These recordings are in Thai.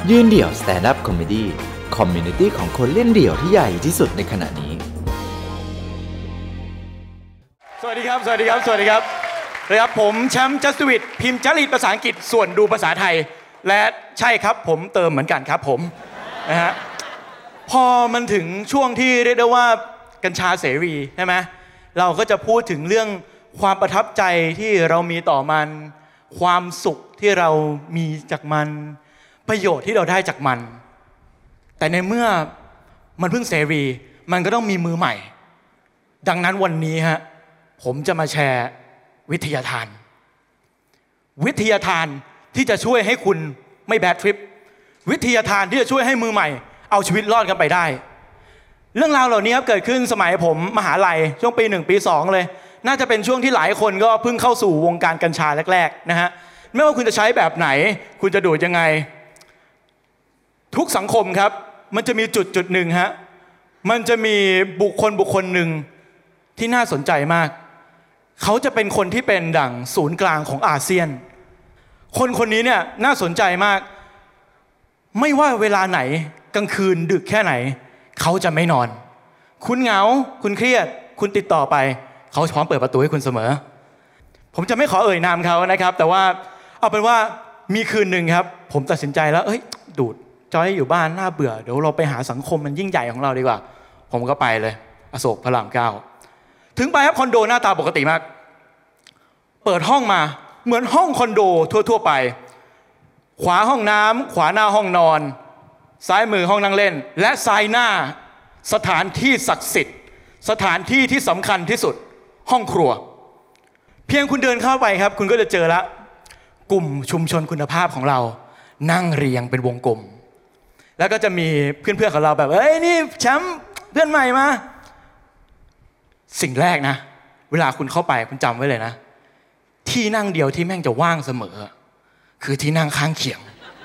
ยืนเดี่ยวสแตนด์อัพคอมเมดี้คอมมูนิตี้ของคนเล่นเดี่ยวที่ใหญ่ที่สุดในขณะนี้สวัสดีครับนะครับผมแชมป์จัสติวิทพิมพ์จริตภาษาอังกฤษส่วนดูภาษาไทยและใช่ครับผมเติมเหมือนกันครับผมนะฮะพอมันถึงช่วงที่เรียกได้ว่ากัญชาเสรีใช่ไหมเราก็จะพูดถึงเรื่องความประทับใจที่เรามีต่อมันความสุขที่เรามีจากมันประโยชน์ที่เราได้จากมันแต่ในเมื่อมันเพิ่งเสรีมันก็ต้องมีมือใหม่ดังนั้นวันนี้ฮะผมจะมาแชร์วิทยาทานที่จะช่วยให้คุณไม่แบดทริปวิทยาทานที่จะช่วยให้มือใหม่เอาชีวิตรอดกันไปได้เรื่องราวเหล่านี้ครับเกิดขึ้นสมัยผมมหาลัยช่วงปี1ปี2เลยน่าจะเป็นช่วงที่หลายคนก็เพิ่งเข้าสู่วงการกัญชาแรกๆนะฮะไม่ว่าคุณจะใช้แบบไหนคุณจะดูดยังไงทุกสังคมครับมันจะมีจุดหนึ่งฮะมันจะมีบุคคลหนึ่งที่น่าสนใจมากเขาจะเป็นคนที่เป็นดั่งศูนย์กลางของอาเซียนคนนี้เนี่ยน่าสนใจมากไม่ว่าเวลาไหนกลางคืนดึกแค่ไหนเขาจะไม่นอนคุณเหงาคุณเครียดคุณติดต่อไปเขาพร้อมเปิดประตูให้คุณเสมอผมจะไม่ขอเอ่ยนามเขานะครับแต่ว่าเอาเป็นว่ามีคืนหนึ่งครับผมตัดสินใจแล้วดูดจอยอยู่บ้านน่าเบื่อเดี๋ยวเราไปหาสังคมมันยิ่งใหญ่ของเราดีกว่าผมก็ไปเลยอโศกพระราม9ถึงไปครับคอนโดหน้าตาปกติมากเปิดห้องมาเหมือนห้องคอนโดทั่วไปขวาห้องน้ำขวาหน้าห้องนอนซ้ายมือห้องนั่งเล่นและซ้ายหน้าสถานที่ศักดิ์สิทธิ์สถานที่ที่สำคัญที่สุดห้องครัวเพียงคุณเดินเข้าไปครับคุณก็จะเจอละกลุ่มชุมชนคุณภาพของเรานั่งเรียงเป็นวงกลมแล้วก็จะมีเพื่อนๆของเราแบบนี่แชมป์เพื่อนใหม่มาสิ่งแรกนะเวลาคุณเข้าไปคุณจำไว้เลยนะที่นั่งเดียวที่แม่งจะว่างเสมอคือที่นั่งข้างเคียง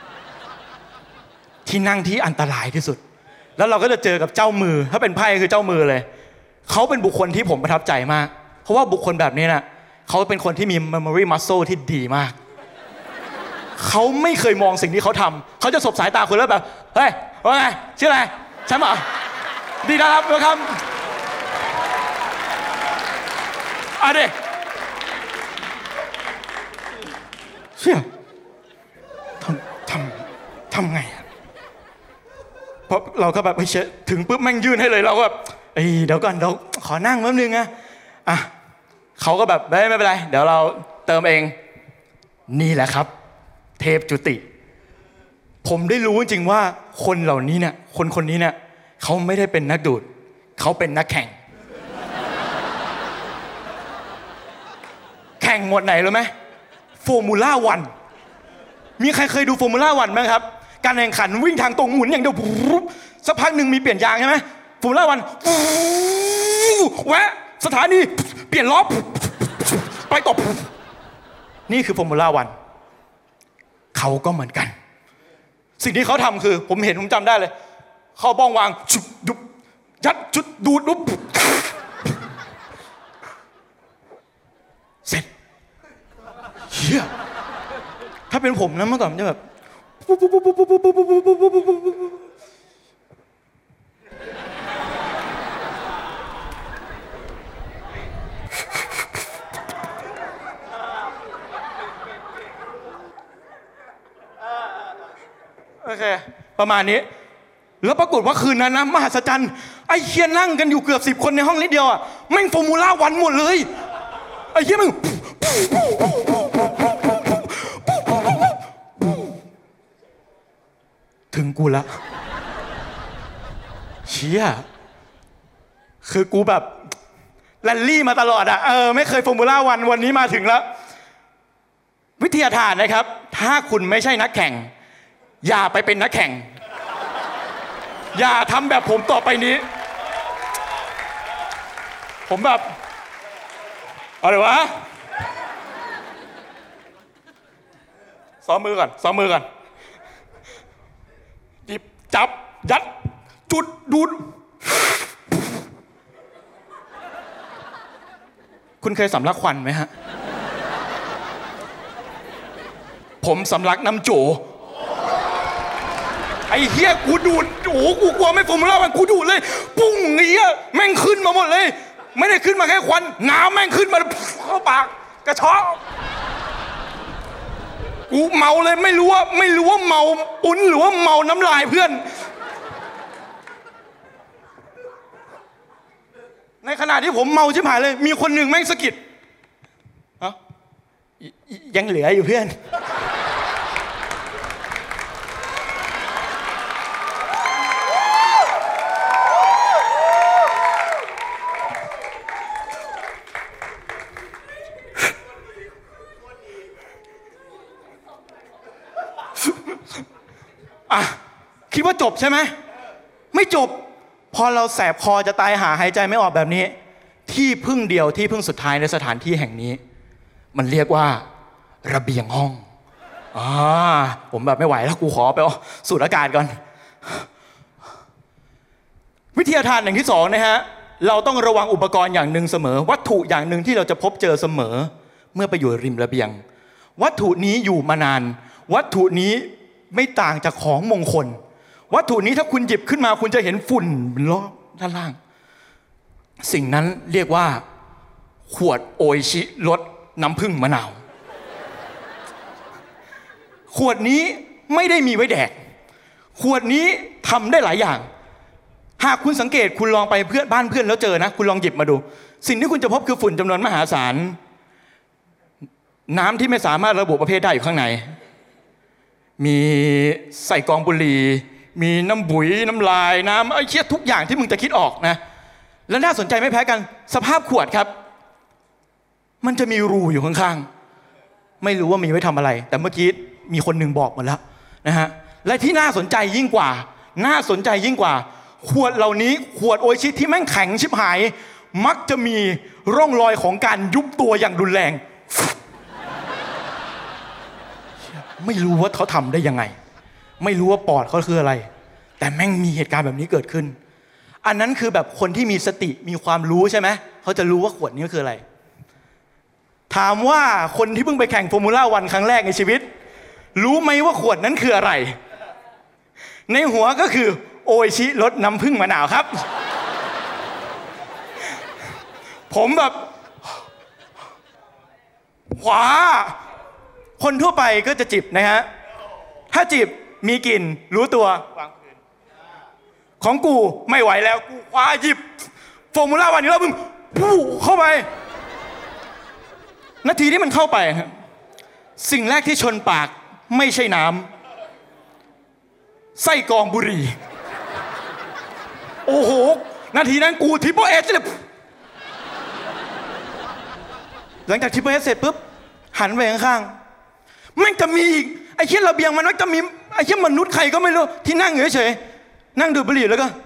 ที่นั่งที่อันตรายที่สุดแล้วเราก็จะเจอกับเจ้ามือถ้าเป็นไพ่คือเจ้ามือเลยเขาเป็นบุคคลที่ผมประทับใจมากเพราะว่าบุคคลแบบนี้นะเขาเป็นคนที่มี memory muscle ที่ดีมากเขาไม่เคยมองสิ่งที่เขาทำเขาจะสบสายตาคุณแล้วแบบเฮ้ยว่าไงชื่ออะไรแชมป์เหรอดีนะครับwelcomeดิเชี่ยทำไงอะเพราะเราก็แบบเฮ้ยถึงปุ๊บแม่งยื่นให้เลยเราก็แบบเดี๋ยวก่อนเราขอนั่งแป๊บนึงนะเขาก็แบบไม่เป็นไรเดี๋ยวเราเติมเองนี่แหละครับเทพจุติผมได้รู้จริงว่าคนเหล่านี้เนี่ยคนนี้เนี่ยเขาไม่ได้เป็นนักดูดเขาเป็นนักแข่งแข่งหมดไหนรู้ไหมฟอร์มูล่าวันมีใครเคยดูฟอร์มูล่าวันไหมครับการแข่งขันวิ่งทางตรงหมุนอย่างเดียวสักพักหนึ่งมีเปลี่ยนยางใช่ไหมฟอร์มูล่าวันแวะสถานีเปลี่ยนล้อไปต่อนี่คือฟอร์มูล่าวันเขาก็เหมือนกันสิ่งที่เขาทำคือผมเห็นผมจำได้เลยเขาบ้องวางชุบดุบยัดชุดดูดดุบเสร็จเฮียถ้าเป็นผมนะเมื่อก่อนมันจะแบบโอเคประมาณนี้แล้วปรากฏว่าคืนนั้นนะมหัศจรรย์ไอ้เฮียนั่งกันอยู่เกือบ10คนในห้องนิดเดียวแม่งฟอร์มูล่าวันหมดเลยไอ้เฮียมึงถึงกูละเชี่ยคือกูแบบแรลลี่มาตลอดไม่เคยฟอร์มูล่าวันนี้มาถึงแล้ววิทยาทานนะครับถ้าคุณไม่ใช่นักแข่งอย่าไปเป็นนักแข่งอย่าทำแบบผมต่อไปนี้ผมแบบอะไรวะซ้อมมือก่อนหยิบจับยัดจุดดูดคุณเคยสำลักควันไหมฮะ ผมสำลักน้ำโจไอ้เหี้ยกูดูดโอ้กูกลัวไม่ฟอร์มูล่าวันกูดูดเลยปุ้งเงี้ยแม่งขึ้นมาหมดเลยไม่ได้ขึ้นมาแค่ควันน้ำแม่งขึ้นมาเข้าปากกระชอกกูเมาเลยไม่รู้ว่าเมาปุ้นหรือว่าเมาน้ำลายเพื่อนในขณะที่ผมเมาชิบหายเลยมีคนหนึ่งแม่งสะกิดยังเหลืออยู่เพื่อนคิดว่าจบใช่ไหมไม่จบพอเราแสบคอจะตายหายใจไม่ออกแบบนี้ที่พึ่งเดียวที่พึ่งสุดท้ายในสถานที่แห่งนี้มันเรียกว่าระเบียงห้องผมแบบไม่ไหวแล้วกูขอไปสูดอากาศก่อนวิทยาทานอย่างที่สองนะฮะเราต้องระวังอุปกรณ์อย่างหนึ่งเสมอวัตถุอย่างหนึ่งที่เราจะพบเจอเสมอเมื่อไปอยู่ริมระเบียงวัตถุนี้อยู่มานานวัตถุนี้ไม่ต่างจากของมงคลวัตถุนี้ถ้าคุณหยิบขึ้นมาคุณจะเห็นฝุ่นรอบด้านล่างสิ่งนั้นเรียกว่าขวดโออิชิรสน้ำผึ้งมะนาวขวดนี้ไม่ได้มีไว้แดกขวดนี้ทำได้หลายอย่างหากคุณสังเกตคุณลองไปบ้านเพื่อนแล้วเจอนะคุณลองหยิบมาดูสิ่งที่คุณจะพบคือฝุ่นจำนวนมหาศาลน้ำที่ไม่สามารถระบุประเภทได้อยู่ข้างในมีใส่กองบุหรี่มีน้ำบุ๋ยน้ำลายน้ำไอ้เชี่ยทุกอย่างที่มึงจะคิดออกนะและน่าสนใจไม่แพ้กันสภาพขวดครับมันจะมีรูอยู่ข้างๆไม่รู้ว่ามีไว้ทำอะไรแต่เมื่อกี้มีคนหนึ่งบอกมาแล้วนะฮะและที่น่าสนใจยิ่งกว่าขวดเหล่านี้ขวดโออิชิที่แม่งแข็งชิบหายมักจะมีร่องรอยของการยุบตัวอย่างรุนแรงไม่รู้ว่าเขาทำได้ยังไงไม่รู้ว่าปอดเขาคืออะไรแต่แม่งมีเหตุการณ์แบบนี้เกิดขึ้นอันนั้นคือแบบคนที่มีสติมีความรู้ใช่ไหมเขาจะรู้ว่าขวดนี้คืออะไรถามว่าคนที่เพิ่งไปแข่งฟอร์มูล่าวันครั้งแรกในชีวิตรู้ไหมว่าขวดนั้นคืออะไรในหัวก็คือโออิชิรสน้ำผึ้งมะนาวครับผมแบบขวาคนทั่วไปก็จะจิบนะฮะถ้าจิบมีกลิ่นรู้ตัววางพื้นของกูไม่ไหวแล้วกูคว้าหยิบฟอร์มูล่าวันนี้แล้วมึงปู้เข้าไปนาทีที่มันเข้าไปสิ่งแรกที่ชนปากไม่ใช่น้ำไส้กรองบุหรี่โอ้โหนาทีนั้นกูทิปเปิลเอสเลยหลังจากทิปเปิลเอสเสร็จปุ๊บหันไปข้างๆมันจะมีอีกไอ้เชี่ยระเบียงมันมักจะมีไอ้เชี่ยมนุษย์ใครก็ไม่รู้ที่นั่งอยู่เฉยๆนั่งดูดบุหรี่แล้วก็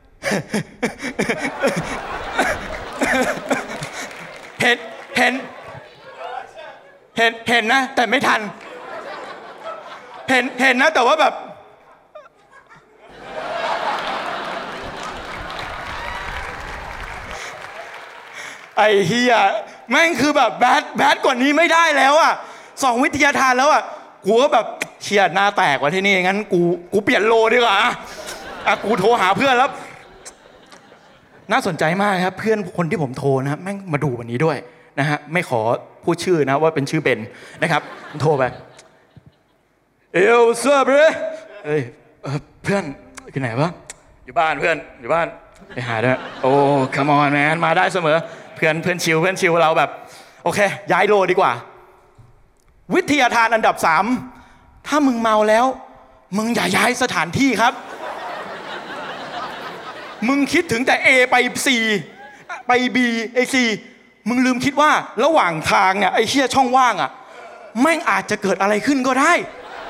เห็นนะแต่ไม่ทันเห็นนะแต่ว่าแบบไอ้เฮียแม่งคือแบบแบดกว่านี้ไม่ได้แล้วอ่ะ2 วิทยาทานแล้วอ่ะกูก็แบบเชียร์หน้าแตกว่าที่นี่งั้นกูเปลี่ยนโลดีกว่ากูโทรหาเพื่อนแล้วน่าสนใจมากครับเพื่อนคนที่ผมโทรนะแม่งมาดูวันนี้ด้วยนะฮะไม่ขอพูดชื่อนะว่าเป็นชื่อเบนนะครับโทรไปเสื้อเบรเพื่อนอยู่ไหนวะอยู่บ้านเพื่อนอยู่บ้านไปหาด้วยโอ้ come on man มาได้เสมอเพื่อนชิวเราแบบโอเคย้ายโลดีกว่าวิทยาทานอันดับ3ถ้ามึงเมาแล้วมึงอย่าย้ายสถานที่ครับมึงคิดถึงแต่ A ไป C ไป B ไอ้ C มึงลืมคิดว่าระหว่างทางเนี่ยไอ้เชี่ยช่องว่างอ่ะแม่งอาจจะเกิดอะไรขึ้นก็ได้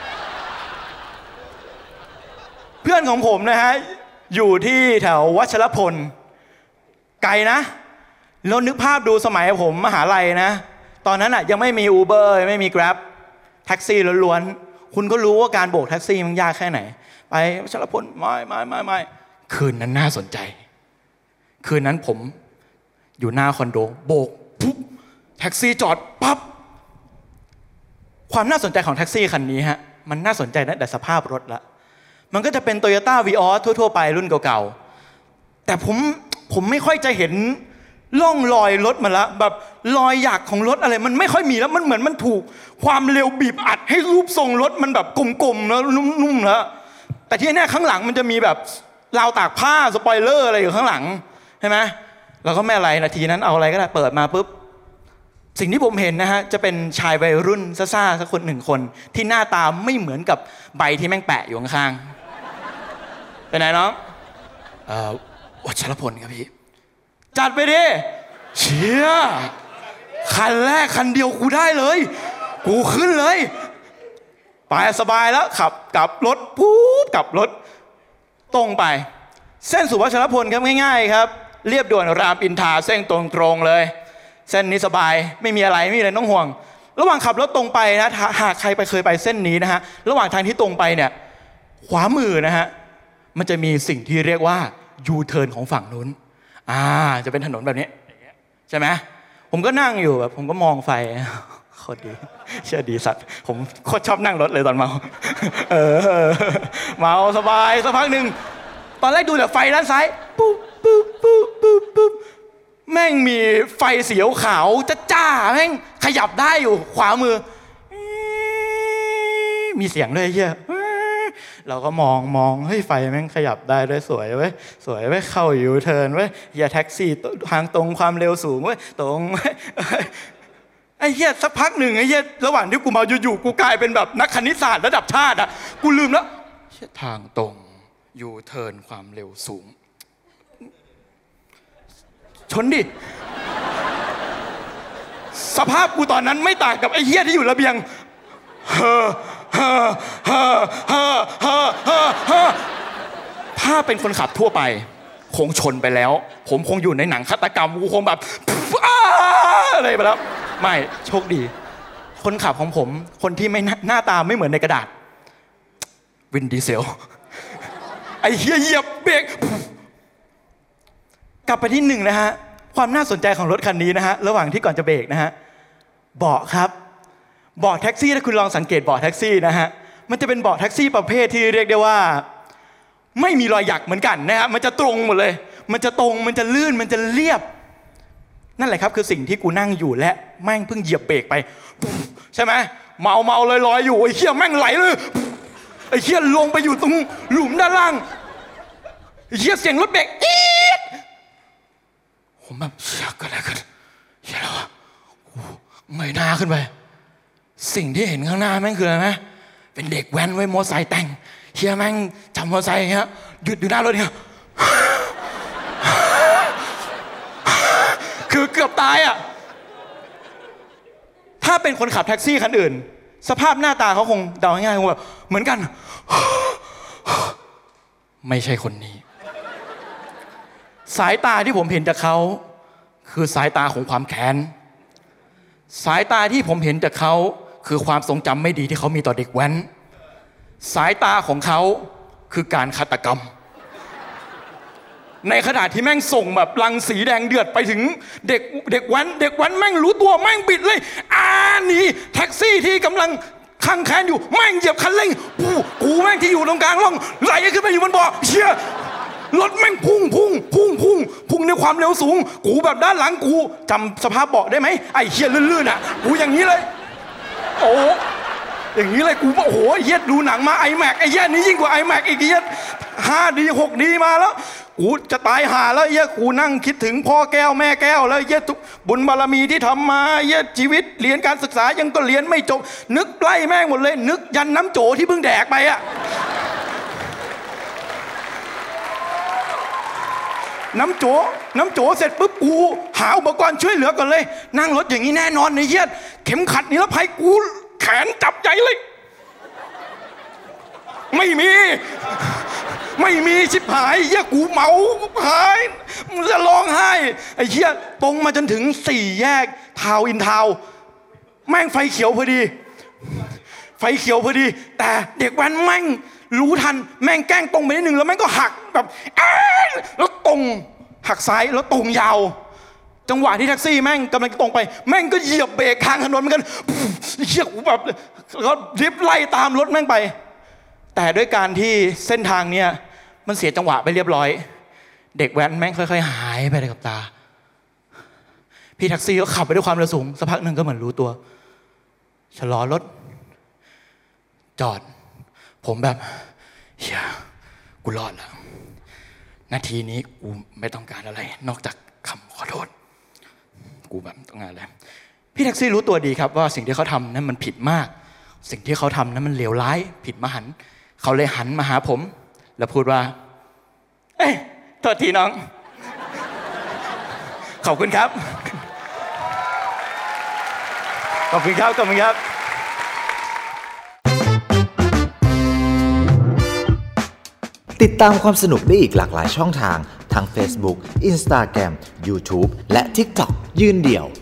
เพื่อนของผมนะฮะอยู่ที่แถววัชรพลไกลนะแล้วนึกภาพดูสมัยผมมหาลัยนะตอนนั้นอ่ะยังไม่มี Uber ไม่มี Grab แท็กซี่ล้วนๆคุณก็รู้ว่าการโบกแท็กซี่มันยากแค่ไหนไปวัชรพลไม่คืนนั้นน่าสนใจคืนนั้นผมอยู่หน้าคอนโดโบกปุ๊บแท็กซี่จอดปั๊บความน่าสนใจของแท็กซี่คันนี้ฮะมันน่าสนใจตั้งแต่สภาพรถละมันก็จะเป็น Toyota Vios ทั่วๆไปรุ่นเก่าๆแต่ผมไม่ค่อยจะเห็นร่องรอยรถมันละแบบรอยหยักของรถอะไรมันไม่ค่อยมีแล้วมันเหมือนมันถูกความเร็วบีบอัดให้รูปทรงรถมันแบบกลมๆแล้วนุ่มๆแล้วแต่ที่แน่ข้างหลังมันจะมีแบบราวตากผ้าสปอยเลอร์อะไรอยู่ข้างหลังใช่ไหมเราก็ไม่อะไรนาทีนั้นเอาอะไรก็ได้เปิดมาปุ๊บสิ่งที่ผมเห็นนะฮะจะเป็นชายวัยรุ่นซ่าๆสักคนหนึ่งคนที่หน้าตาไม่เหมือนกับใบที่แม่งแปะอยู่ข้างๆเป็นไงน้องวัชรพลครับพี่จัดไปดิเชี่ยคันแรกคันเดียวกูได้เลยกูขึ้นเลยไปสบายแล้วขับกลับรถปุ๊บกลับรถตรงไปเส้นสุวัชรพลครับง่ายๆครับเรียบด่วนรามอินทราเส้นตรงๆเลยเส้นนี้สบายไม่มีอะไรไม่มีอะไรต้องห่วงระหว่างขับรถตรงไปนะหากใครเคยไปเส้นนี้นะฮะระหว่างทางที่ตรงไปเนี่ยขวามือนะฮะมันจะมีสิ่งที่เรียกว่ายูเทิร์นของฝั่งนู้นจะเป็นถนนแบบนี้ใช่ไหมผมก็นั่งอยู่แบบผมก็มองไฟโคตรดีเชื่อดีสัตว์ผมโคตรชอบนั่งรถเลยตอนเมาเมาสบายสักพักหนึ่งตอนแรกดูแต่ไฟด้านซ้ายปุ๊บปุ๊บปุ๊บปุ๊บปุ๊บแม่งมีไฟสีขาวจ้าแม่งขยับได้อยู่ขวามือมีเสียงด้วยเหี้ยเราก็มองเฮ้ยไฟแม่งขยับได้ด้วยสวยเว้ยสวยเว้ยเข้ายูเทิร์นเว้ยอย่าแท็กซี่ทางตรงความเร็วสูงเว้ยตรงไอ้เหี้ยสักพักหนึ่งไอ้เหี้ยระหว่างที่กูเมาอยู่ๆกูกลายเป็นแบบนักคณิตศาสตร์ระดับชาติอ่ะกูลืมแล้วทางตรงยูเทิร์นความเร็วสูงชนดิสภาพกูตอนนั้นไม่ต่างกับไอ้เหี้ยที่อยู่ระเบียงถ้าเป็นคนขับทั่วไปคงชนไปแล้วผมคงอยู่ในหนังฆาตกรรมกูคงแบบอะไรไปแล้วไม่โชคดีคนขับของผมคนที่ไม่หน้าตาไม่เหมือนในกระดาษวินดีเซลไอ้เหี้ยเหยียบเบรกกลับไปที่หนึ่งนะฮะความน่าสนใจของรถคันนี้นะฮะระหว่างที่ก่อนจะเบรกนะฮะเบาะครับเบาะแท็กซี่ถ้าคุณลองสังเกตเบาะแท็กซี่นะฮะมันจะเป็นเบาะแท็กซี่ประเภทที่เรียกได้ว่าไม่มีรอยหยักเหมือนกันนะครับมันจะตรงหมดเลยมันจะตรงมันจะลื่นมันจะเรียบนั่นแหละครับคือสิ่งที่กูนั่งอยู่และแม่งเพิ่งเหยียบเบรกไปใช่ไหมเมาลอยอยู่ไอ้เหี้ยแม่งไหลเลยไอ้เหี้ยลงไปอยู่ตรงหลุมด้านล่างไอ้เหี้ยเสียงรถเบรกอี๊ดผมแบบเชี่ยก็แล้วกันเชี่ยแล้วเงยหน้าขึ้นไปสิ่งที่เห็นข้างหน้าแม่งคืออะไรไหมเป็นเด็กแว้นไว้มอไซค์แต่งเฮียแม่งจับมอไซค์อย่างเงี้ยหยุดอยู่หน้ารถเนี่ยคือเกือบตายอ่ะถ้าเป็นคนขับแท็กซี่คันอื่นสภาพหน้าตาเขาคงเดาง่ายๆคงแบบเหมือนกันไม่ใช่คนนี้สายตาที่ผมเห็นจากเขาคือสายตาของความแค้นสายตาที่ผมเห็นจากเขาคือความทรงจำไม่ดีที่เขามีต่อเด็กแว้นสายตาของเขาคือการฆาตกรรมในขณะที่แม่งส่งแบบรังสีแดงเดือดไปถึงเด็กแว้นแม่งรู้ตัวแม่งบิดเลยหนีแท็กซี่ที่กำลังข้างแค้นอยู่แม่งเหยียบคันเร่งกูแม่งที่อยู่ตรงกลางร่องไหลขึ้นไปอยู่บนเบาะเชี่ยรถแม่งพุ่งในความเร็วสูงกูแบบด้านหลังกูจำสภาพเบาะได้ไหมไอ้เชี่ยลื่นๆอ่ะกูอย่างนี้เลยโอ้อย่างนี้เลยกูโอ้โหเหี้ยดูหนังมาiMacไอ้เหี้ยนี้ยิ่งกว่าiMacอีกเหี้ย 5D 6D มาแล้วกูจะตายห่าแล้วเหี้ยกูนั่งคิดถึงพ่อแก้วแม่แก้วแล้วเหี้ยทุกบุญบารมีที่ทำมาเหี้ยชีวิตเรียนการศึกษายังก็เรียนไม่จบนึกไล่แม่งหมดเลยนึกยันน้ำโจที่เพิ่งแดกไปอะน้ำโจเสร็จปุ๊บกูหาอุปกรณ์ช่วยเหลือก่อนเลยนั่งรถอย่างนี้แน่นอนไอ้เหี้ยเข็มขัดนิรภัยกูแขนจับใจเลยไม่มีชิบหายเหี้ยกูเมาหายมึงจะร้องไห้ไอ้เหี้ยตรงมาจนถึง4 แยกทาวน์อินทาวน์แม่งไฟเขียวพอดีแต่เด็กแว้นแม่งรู้ทันแม่งแกล้งตรงไปนิดนึงแล้วแม่งก็หักแบบแล้วตรงหักซ้ายแล้วตรงยาวจังหวะที่แท็กซี่แม่งกำลังตรงไปแม่งก็เหยียบเบรกทางถนนเหมือนกันเชี่ยกูแบบแล้วดริฟต์ไล่ตามรถแม่งไปแต่ด้วยการที่เส้นทางเนี่ยมันเสียจังหวะไปเรียบร้อยเด็กแว้นแม่งค่อยๆหายไปเลยกับตาพี่แท็กซี่ก็ขับไปด้วยความเร็วสูงสักพักหนึ่งก็เหมือนรู้ตัวชะลอรถจอดผมแบบเฮียกูรอดแล้วนาทีนี้กูไม่ต้องการอะไรนอกจากคำขอโทษกูแบบต้องการอะไรพี่แท็กซี่รู้ตัวดีครับว่าสิ่งที่เขาทำนั้นมันผิดมากสิ่งที่เขาทำนั้นมันเลวร้ายผิดมหันต์เขาเลยหันมาหาผมแล้วพูดว่าเอ้ยโทษทีน้องขอบคุณครับขอบคุณครับขอบคุณครับติดตามความสนุกได้อีกหลากหลายช่องทางทั้ง Facebook, Instagram, YouTube และ TikTok ยืนเดี่ยว